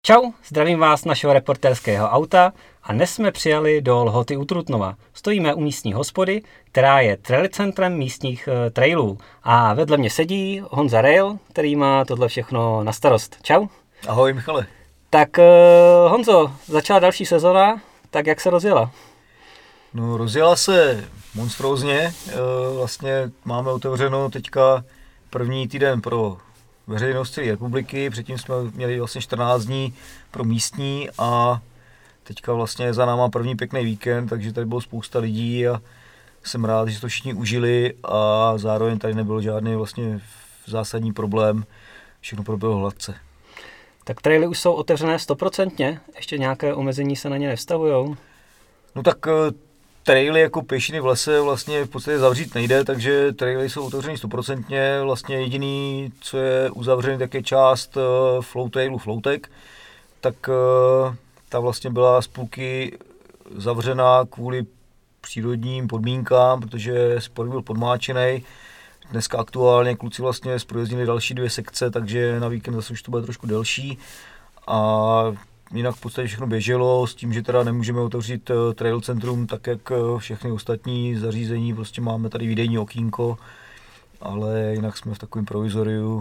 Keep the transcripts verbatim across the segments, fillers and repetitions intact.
Čau, zdravím vás z našeho reportérského auta a dnes jsme přijali do Lhoty u Trutnova. Stojíme u místní hospody, která je trail centrem místních uh, trailů. A vedle mě sedí Honza Rail, který má tohle všechno na starost. Čau. Ahoj Michale. Tak uh, Honzo, začala další sezona, tak jak se rozjela? No rozjela se monstrózně, uh, vlastně máme otevřeno teďka první týden pro veřejnost celé republiky, předtím jsme měli vlastně čtrnáct dní pro místní a teďka vlastně za náma první pěkný víkend, takže tady bylo spousta lidí a jsem rád, že to všichni užili a zároveň tady nebyl žádný vlastně zásadní problém, všechno proběhlo hladce. Tak traily už jsou otevřené stoprocentně, ještě nějaké omezení se na ně nevstavujou? No tak traily jako pěšiny v lese vlastně v podstatě zavřít nejde, takže traily jsou otevřený stoprocentně. Vlastně jediný, co je uzavřený, tak je část uh, flow trailu Flowtek. Tak uh, ta vlastně byla z půlky zavřená kvůli přírodním podmínkám, protože sport byl podmáčený. Dneska aktuálně kluci vlastně zprojezdnili další dvě sekce, takže na víkend zase už to bude trošku delší. A jinak v podstatě všechno běželo s tím, že teda nemůžeme otevřít trail centrum tak, jak všechny ostatní zařízení, prostě máme tady výdejní okýnko, ale jinak jsme v takovém provizoriu.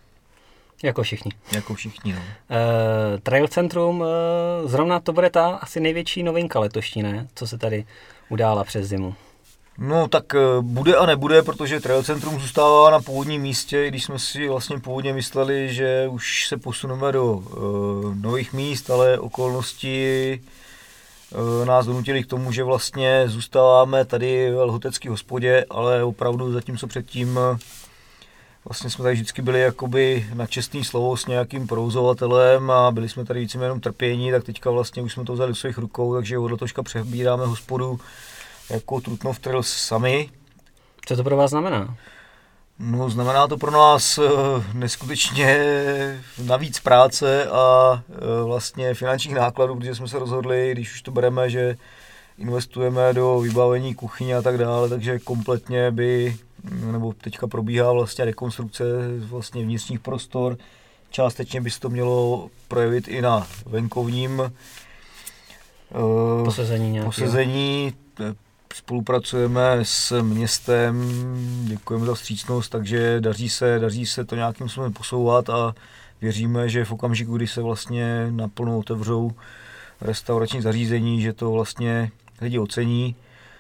Jako všichni. Jako všichni, no. Uh, trail centrum, uh, zrovna to bude ta asi největší novinka letošní, ne? Co se tady udála přes zimu. No tak bude a nebude, protože trail centrum zůstává na původním místě, když jsme si vlastně původně mysleli, že už se posuneme do uh, nových míst, ale okolnosti uh, nás donutily k tomu, že vlastně zůstáváme tady v Lhotecké hospodě, ale opravdu zatímco předtím uh, vlastně jsme tady vždycky byli jakoby na čestný slovo s nějakým provozovatelem a byli jsme tady víceméně jenom trpění, tak teďka vlastně už jsme to vzali do svých rukou, takže od letoška přebíráme hospodu jako Trutnov Trails sami. Co to pro vás znamená? No, znamená to pro nás uh, neskutečně navíc práce a uh, vlastně finančních nákladů, protože jsme se rozhodli, když už to bereme, že investujeme do vybavení kuchyně a tak dále, takže kompletně by, nebo teďka probíhá vlastně rekonstrukce vlastně vnitřních prostor. Částečně by se to mělo projevit i na venkovním uh, posezení nějakého. Posezení. Spolupracujeme s městem, děkujeme za vstřícnost, takže daří se, daří se to nějakým způsobem posouvat a věříme, že v okamžiku, kdy se vlastně naplno otevřou restaurační zařízení, že to vlastně lidi ocení.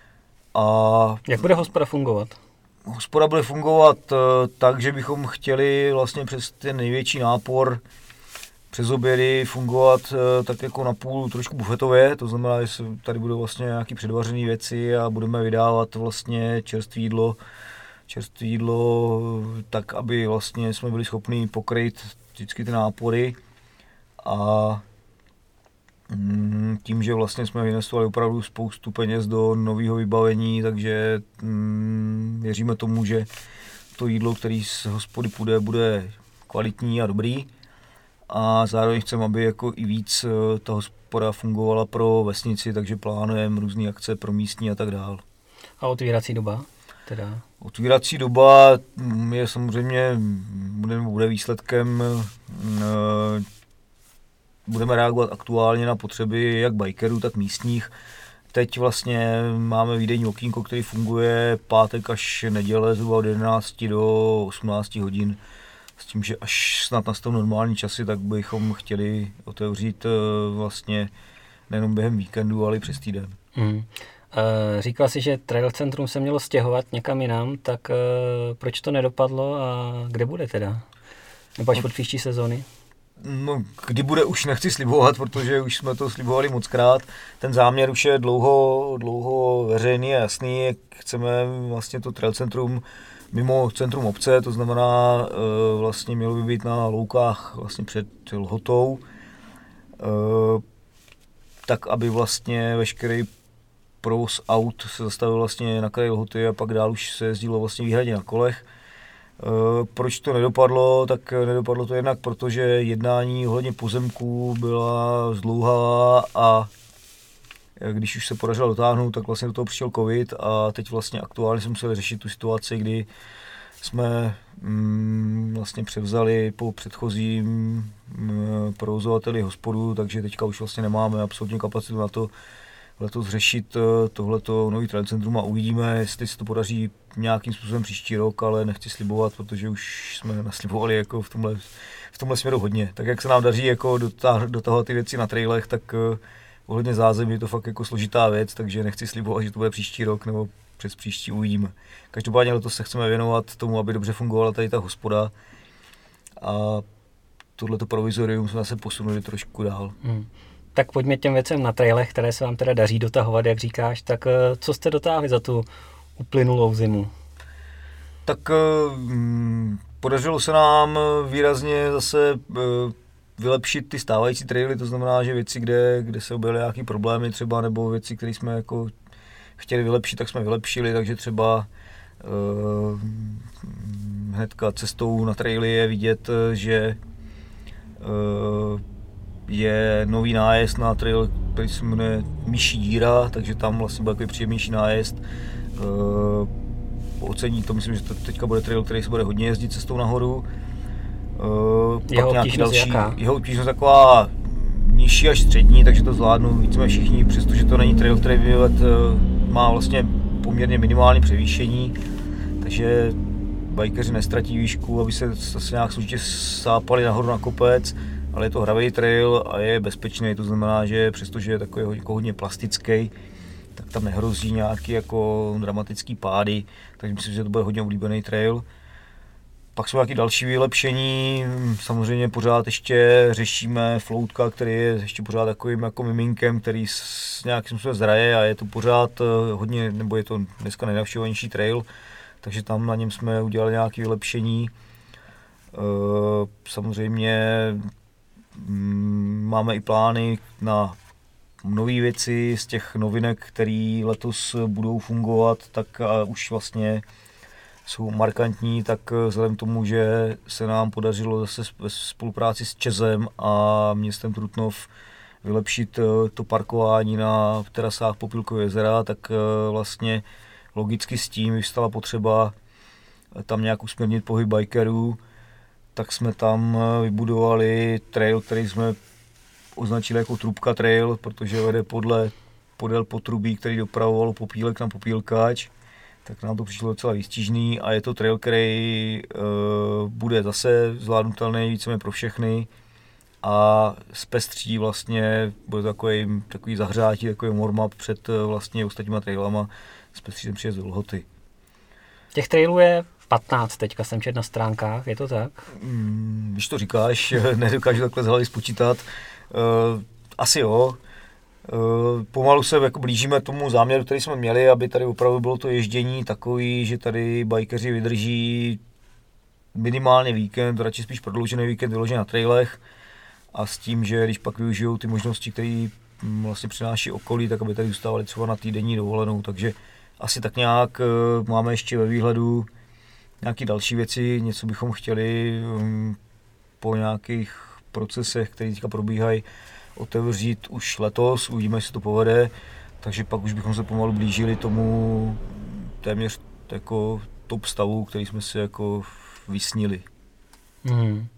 A jak bude hospoda fungovat? Hospoda bude fungovat tak, že bychom chtěli vlastně přes ten největší nápor přes obědy fungovat tak jako napůl trošku bufetově, to znamená, že tady budou vlastně nějaké předvařené věci a budeme vydávat vlastně čerstvé jídlo, čerstvé jídlo tak, aby vlastně jsme byli schopni pokryt vždycky ty nápory a tím, že vlastně jsme investovali opravdu spoustu peněz do nového vybavení, takže věříme tomu, že to jídlo, které z hospody půjde, bude kvalitní a dobrý. A zároveň chceme, aby jako i víc ta hospoda fungovala pro vesnici, takže plánujeme různé akce pro místní a tak dál. A otvírací doba? Teda? Otvírací doba je samozřejmě, bude, bude výsledkem, budeme reagovat aktuálně na potřeby jak bikerů, tak místních. Teď vlastně máme výdejní okýnko, který funguje pátek až neděle zhruba od jedenácti do osmnácti hodin. S tím, že až snad nastanou normální časy, tak bychom chtěli otevřít vlastně nejenom během víkendu, ale i přes týden. Hmm. E, říkal jsi, že trail centrum se mělo stěhovat někam jinam, tak e, proč to nedopadlo a kde bude teda? Nebo až od příští sezóny? No, kdy bude, už nechci slibovat, protože už jsme to slibovali mockrát. Ten záměr už je dlouho, dlouho veřejný a jasný, jak chceme vlastně to trail centrum mimo centrum obce, to znamená e, vlastně mělo by být na loukách vlastně před Lhotou, e, tak aby vlastně veškerý provoz aut se zastavil vlastně na kraji Lhoty a pak dál už se jezdilo vlastně výhradně na kolech. E, proč to nedopadlo? Tak nedopadlo to jednak, protože jednání ohledně pozemků byla zdlouhavá a když už se podařilo dotáhnout, tak vlastně do toho přišel covid a teď vlastně aktuálně jsme museli řešit tu situaci, kdy jsme mm, vlastně převzali po předchozím mm, provozovateli hospodu, takže teďka už vlastně nemáme absolutně kapacitu na to letos řešit tohleto nový trail centrum a uvidíme, jestli se to podaří nějakým způsobem příští rok, ale nechci slibovat, protože už jsme naslibovali jako v tomhle, v tomhle směru hodně. Tak jak se nám daří jako dotahovat ty věci na trailech, tak ohledně zázemí je to fakt jako složitá věc, takže nechci slibovat, že to bude příští rok nebo přes příští uvidíme. Každopádně letos se chceme věnovat tomu, aby dobře fungovala tady ta hospoda a tohleto provizorium jsme zase posunuli trošku dál. Hmm. Tak pojďme těm věcem na trailech, které se vám teda daří dotahovat, jak říkáš. Tak co jste dotáhli za tu uplynulou zimu? Tak hm, podařilo se nám výrazně zase vylepšit ty stávající traily, to znamená, že věci, kde, kde se objevily nějaké problémy třeba, nebo věci, které jsme jako chtěli vylepšit, tak jsme vylepšili, takže třeba uh, hnedka cestou na traily je vidět, že uh, je nový nájezd na trail, který se jmenuje Myší díra, takže tam vlastně byl takový příjemnější nájezd. Uh, ocení to, myslím, že to teďka bude trail, který se bude hodně jezdit cestou nahoru. Uh, jeho obtížnost jaká? Jeho obtížnost taková nižší až střední, takže to zvládnou víceméně všichni, přestože to není trail, který vyjet, má vlastně poměrně minimální převýšení, takže bajkeři nestratí výšku, aby se zase nějak složitě sápali nahoru na kopec, ale je to hravý trail a je bezpečný, to znamená, že přestože je takový jako hodně plastický, tak tam nehrozí nějaký jako dramatický pády, takže myslím, že to bude hodně oblíbený trail. Pak jsou nějaké další vylepšení, samozřejmě pořád ještě řešíme Floutka, který je ještě pořád takovým jako miminkem, který s nějakým způsobem zraje a je to pořád hodně, nebo je to dneska nejnavštěvovanější trail, takže tam na něm jsme udělali nějaké vylepšení. Samozřejmě máme i plány na nové věci z těch novinek, které letos budou fungovat, tak už vlastně jsou markantní, tak vzhledem k tomu, že se nám podařilo zase ve spolupráci s ČEZem a městem Trutnov vylepšit to parkování na terasách Popílkového jezera, tak vlastně logicky s tím vystala potřeba tam nějak usměrnit pohyb bikerů, tak jsme tam vybudovali trail, který jsme označili jako Trubka trail, protože vede podle podél potrubí, který dopravovalo Popílek na Popílkač. Tak nám to přišlo docela výstižný a je to trail, který uh, bude zase zvládnutelný víceméně pro všechny a zpestří vlastně, bude takový, takový zahřátí, takový warm-up před uh, vlastně ostatníma trailama, zpestří ten příjezd do Lhoty. Těch trailů je patnáct, teďka jsem četl na stránkách, je to tak? Mm, když to říkáš, nedokážu takhle z hlavy spočítat, uh, asi jo. Uh, pomalu se jako blížíme tomu záměru, který jsme měli, aby tady opravdu bylo to ježdění takový, že tady bajkeři vydrží minimálně víkend, radši spíš prodloužený víkend vyložený na trailech a s tím, že když pak využijou ty možnosti, které vlastně přináší okolí, tak aby tady zůstávali třeba na týdenní dovolenou, takže asi tak nějak uh, máme ještě ve výhledu nějaké další věci, něco bychom chtěli um, po nějakých procesech, které teďka probíhají, otevřít už letos, uvidíme, jestli to povede, takže pak už bychom se pomalu blížili tomu téměř jako top stavu, který jsme si jako vysnili. Hmm.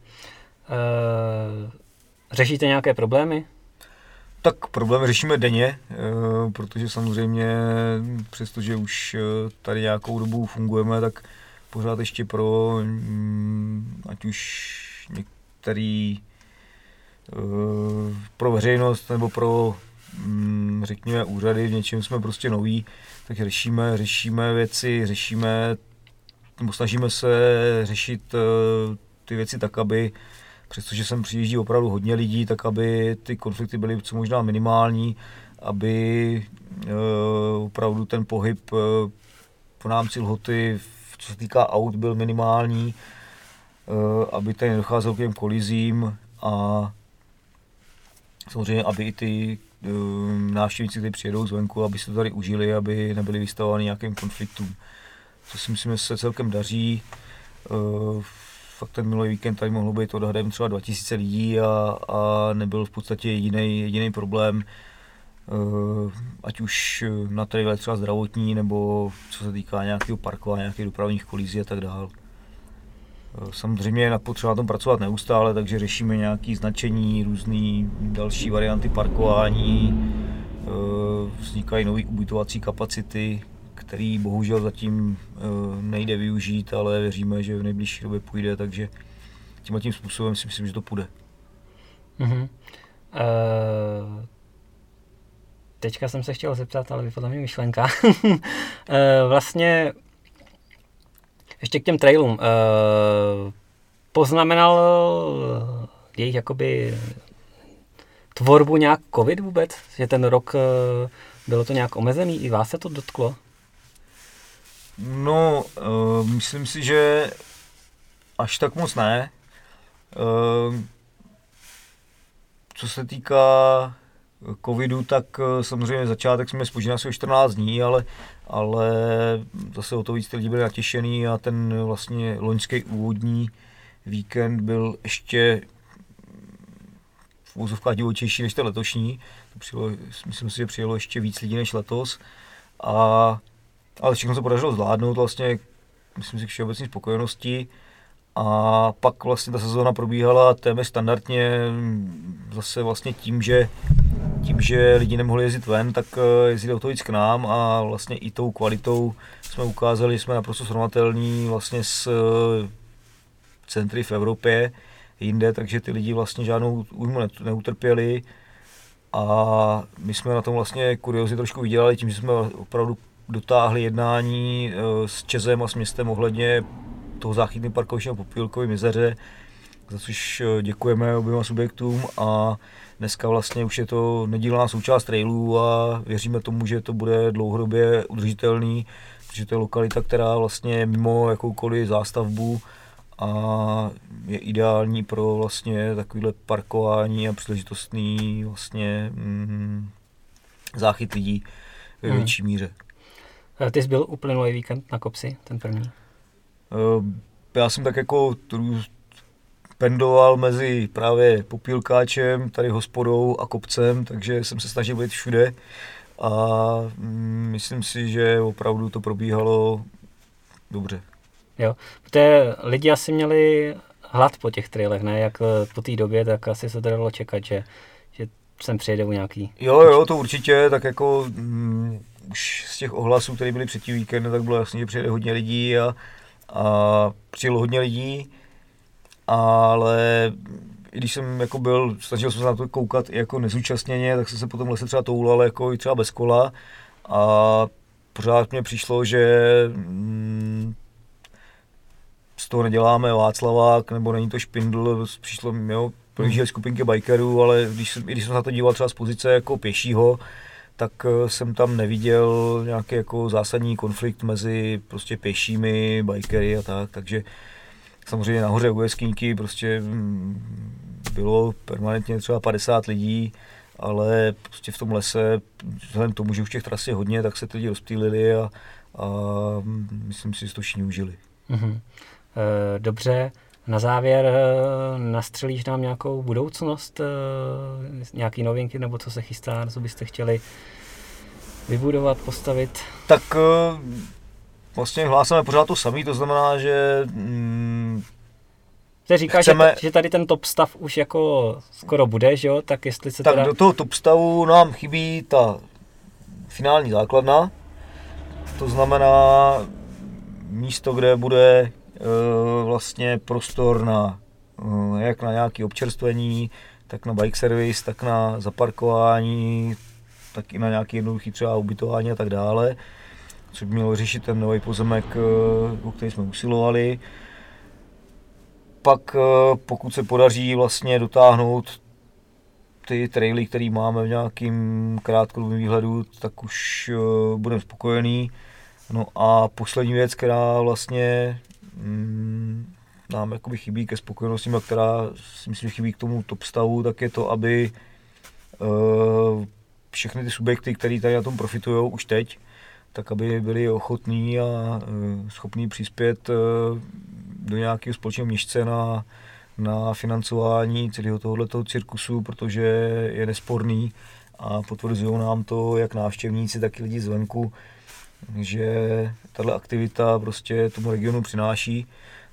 E, řešíte nějaké problémy? Tak problémy řešíme denně, e, protože samozřejmě přestože už tady nějakou dobu fungujeme, tak pořád ještě pro m, ať už některý pro veřejnost nebo pro, řekněme, úřady, v něčem jsme prostě noví, tak řešíme, řešíme věci, řešíme, nebo snažíme se řešit ty věci tak, aby, přestože sem přijíždí opravdu hodně lidí, tak aby ty konflikty byly co možná minimální, aby opravdu ten pohyb v rámci Lhoty, co se týká aut, byl minimální, aby tady nedocházelo k těm kolizím a samozřejmě, aby i ty uh, návštěvníci, kteří přijedou zvenku, aby se to tady užili, aby nebyli vystavováni nějakým konfliktům. To si myslím, že se celkem daří. Uh, fakt ten minulý víkend tady mohlo být odhadem třeba dva tisíce lidí a, a nebyl v podstatě jediný, jediný problém, uh, ať už na traile třeba zdravotní, nebo co se týká nějakého parkování, nějakých dopravních kolizí a tak dále. Samozřejmě je potřeba na tom pracovat neustále, takže řešíme nějaké značení, různé další varianty parkování, vznikají nové ubytovací kapacity, které bohužel zatím nejde využít, ale věříme, že v nejbližší době půjde, takže tímhle tím způsobem si myslím, že to půjde. Mm-hmm. Uh, teďka jsem se chtěl zeptat, ale vypadla mi myšlenka. uh, vlastně ještě k těm trailům. Uh, poznamenal jejich jakoby tvorbu nějak covid vůbec? Že ten rok uh, bylo to nějak omezený? I vás se to dotklo? No, uh, myslím si, že až tak moc ne. Uh, co se týká covidu, tak samozřejmě začátek jsme zpožděni asi o čtrnáct dní, ale, ale zase o to víc lidí byli natěšený a ten vlastně loňský úvodní víkend byl ještě v úzovkách divočejší než ten letošní. To přijelo, myslím si, že přijelo ještě víc lidí než letos. A, ale všechno se podařilo zvládnout vlastně, myslím si, k všeobecné spokojenosti. A pak vlastně ta sezóna probíhala téměř standardně, zase vlastně tím, že, tím, že lidi nemohli jezdit ven, tak jezdili o to víc k nám a vlastně i tou kvalitou jsme ukázali, že jsme naprosto srovnatelní vlastně s centry v Evropě jinde, takže ty lidi vlastně žádnou újmu neutrpěli a my jsme na tom vlastně kuriózně trošku vydělali tím, že jsme opravdu dotáhli jednání s ČEZem a s městem ohledně toho záchytného parkoviště na Popílkovém jezeře, za což děkujeme oběma subjektům a dneska vlastně už je to nedílná součást trailů a věříme tomu, že to bude dlouhodobě udržitelný, protože to je lokalita, která vlastně mimo jakoukoliv zástavbu a je ideální pro vlastně takovéhle parkování a příležitostný vlastně mm, záchyt lidí ve větší míře. Ty jsi byl uplynulý víkend na kopci, ten první? Já jsem tak jako pendoval mezi právě Popílkáčem, tady hospodou a kopcem, takže jsem se snažil být všude a myslím si, že opravdu to probíhalo dobře. Jo, protože lidi asi měli hlad po těch trailech, ne? Jak po té době, tak asi se to dalo čekat, že, že sem přijedou nějaký... Jo, jo, to určitě, tak jako mm, už z těch ohlasů, které byly před tím víkendem, tak bylo jasně, že přijede hodně lidí a A přijelo hodně lidí, ale i když jsem jako byl, snažil jsem se na to koukat i jako nezúčastněně, tak jsem se potom lese třeba toulal jako i třeba bez kola a pořád mně přišlo, že mm, z toho neděláme Václavák, nebo není to Špindl, přišlo mi, jo, projížděly skupinky bikerů, ale když jsem, i když jsem na to díval třeba z pozice jako pěšího, tak jsem tam neviděl nějaký jako zásadní konflikt mezi prostě pěšími, bikery a tak, takže samozřejmě nahoře u Jeskyňky prostě bylo permanentně třeba padesát lidí, ale prostě v tom lese, vzhledem k tomu, že už těch tras je hodně, tak se ty lidi rozptýlili a, a myslím si, že to všichni užili. Mm-hmm. E, dobře. Na závěr nastřelíš nám nějakou budoucnost, nějaký novinky, nebo co se chystá, co byste chtěli vybudovat, postavit? Tak vlastně hlásíme pořád to samý, to znamená, že mm, Ty říkáš, chceme... že, že tady ten top stav už jako skoro bude, že jo? Tak jestli se tak teda... do toho top stavu nám chybí ta finální základna, to znamená místo, kde bude vlastně prostor na, jak na nějaké občerstvení, tak na bike service, tak na zaparkování, tak i na nějaké jednoduché třeba ubytování a tak dále, což by mělo řešit ten nový pozemek, o který jsme usilovali. Pak pokud se podaří vlastně dotáhnout ty traily, které máme v nějakým krátkodobém výhledu, tak už budeme spokojený. No a poslední věc, která vlastně mm, nám jakoby chybí ke spokojenosti, a která si myslím, že chybí k tomu top stavu, tak je to, aby uh, všechny ty subjekty, které tady na tom profitují už teď, tak aby byli ochotní a uh, schopní přispět uh, do nějakého společného měšce na, na financování celého tohoto cirkusu, protože je nesporný a potvrzují nám to jak návštěvníci, tak i lidi zvenku, že tato aktivita prostě tomu regionu přináší,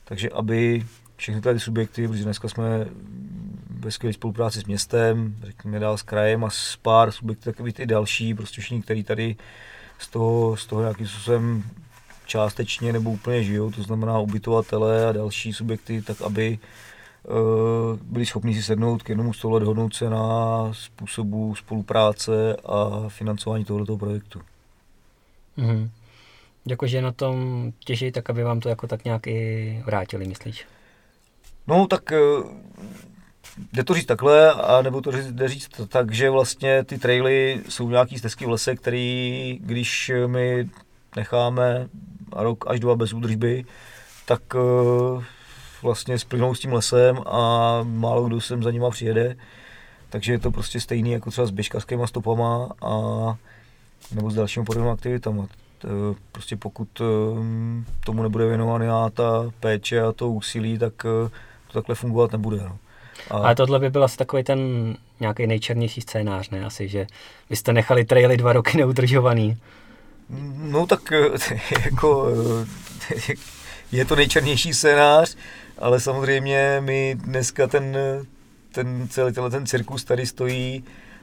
takže aby všechny tady subjekty, protože dneska jsme ve skvělé spolupráci s městem, řekněme dál s krajem a s pár subjekty, takový ty další, prostě všichni, kteří tady z toho, z toho nějakým způsobem částečně nebo úplně žijou, to znamená ubytovatele a další subjekty, tak aby uh, byli schopni si sednout k jednomu stolu a dohodnout se na způsobu spolupráce a financování tohoto projektu. Mm-hmm. Jakože na tom těží, tak aby vám to jako tak nějak i vrátili, myslíš? No tak jde to říct takhle, a nebo to jde říct tak, že vlastně ty traily jsou nějaký stezky v lese, který když my necháme rok až dva bez údržby, tak vlastně splynou s tím lesem a málo kdo sem za nima přijede. Takže je to prostě stejný jako třeba s běžkařskýma stopama a nebo s dalšími podobnými aktivitami. Prostě pokud tomu nebude věnovaná ta péče a to úsilí, tak to takhle fungovat nebude. No. A... Ale tohle by byl asi takový ten nějaký nejčernější scénář, ne? Asi, že byste nechali traily dva roky neudržovaný. No tak jako je to nejčernější scénář, ale samozřejmě my dneska ten, ten celý ten cirkus tady stojí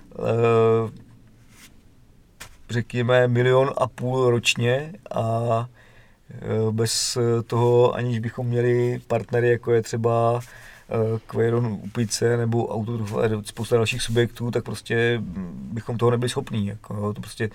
řekněme milion a půl ročně a bez toho, aniž bychom měli partnery, jako je třeba Quairon Úpice nebo Autotrufa a spousta dalších subjektů, tak prostě bychom toho nebyli schopní. Jako, jo, to prostě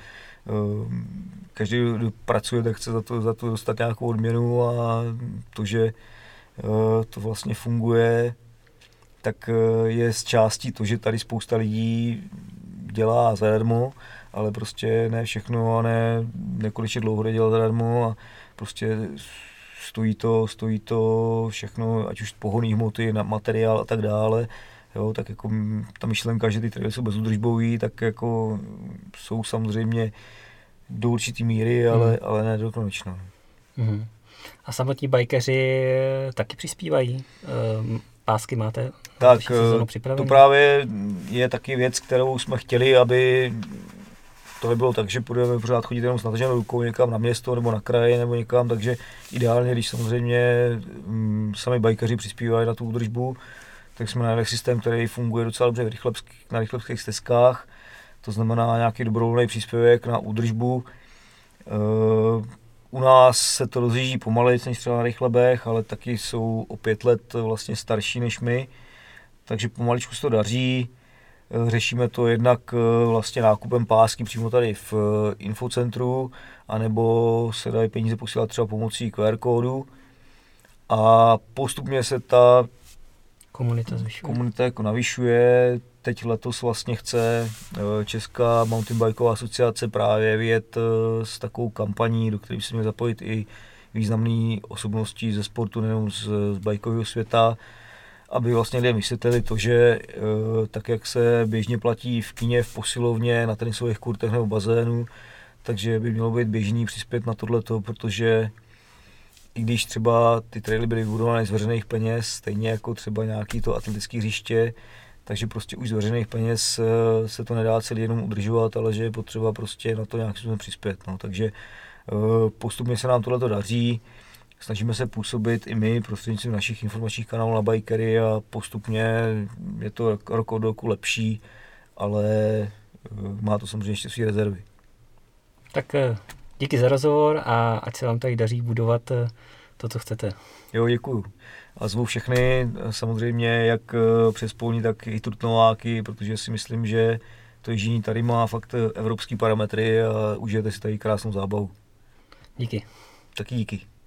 každý, kdo pracuje, tak chce za to, za to dostat nějakou odměnu a to, že to vlastně funguje, tak je z částí to, že tady spousta lidí dělá zadarmo, ale prostě ne všechno a ne nekonečně dlouho dělat zadarmo a prostě stojí to, stojí to všechno, ať už pohonný hmoty, materiál a tak dále. Jo, tak jako ta myšlenka, že ty traily jsou bezúdržbový, tak jako jsou samozřejmě do určitý míry, ale, mm. ale ne do konečna. Mm. A samotní bajkeři taky přispívají? Pásky máte? Tak to právě je taky věc, kterou jsme chtěli, aby to nebylo tak, že budeme pořád chodit jenom s nataženou rukou někam na město nebo na kraje nebo někam, takže ideálně, když samozřejmě m, sami bajkaři přispívají na tu údržbu, tak jsme najeli systém, který funguje docela dobře na rychlebských stezkách, to znamená nějaký dobrovolný příspěvek na údržbu. E, u nás se to rozjíždí pomaleji než třeba na rychlebech, ale taky jsou o pět let vlastně starší než my, takže pomaličku se to daří. Řešíme to jednak vlastně nákupem pásky přímo tady v infocentru, anebo se dají peníze posílat třeba pomocí Q R kódu. A postupně se ta komunita zvyšuje. Komunita jako navyšuje. Teď letos vlastně chce Česká mountain bikeová asociace právě vyjet s takovou kampaní, do které by se měly zapojit i významné osobnosti ze sportu, nejenom z, z bikeového světa, aby vlastně lidem vysvětlili to, že tak, jak se běžně platí v kině, v posilovně, na tenisových kurtech nebo bazénu, takže by mělo být běžný přispět na tohleto, protože i když třeba ty traily byly vybudované z veřejných peněz, stejně jako třeba nějaký to atletické hřiště, takže prostě už z veřejných peněz se to nedá celý jenom udržovat, ale že je potřeba prostě na to nějakým způsobem přispět. No. Takže postupně se nám tohleto daří. Snažíme se působit i my prostřednictvím našich informačních kanálů na bikery a postupně je to rok od roku lepší, ale má to samozřejmě ještě své rezervy. Tak díky za rozhovor a ať se vám tady daří budovat to, co chcete. Jo, děkuju. A zvu všechny samozřejmě jak přes polní, tak i Trutnováky, protože si myslím, že to ježdění tady má fakt evropský parametry a užijete si tady krásnou zábavu. Díky. Taky díky.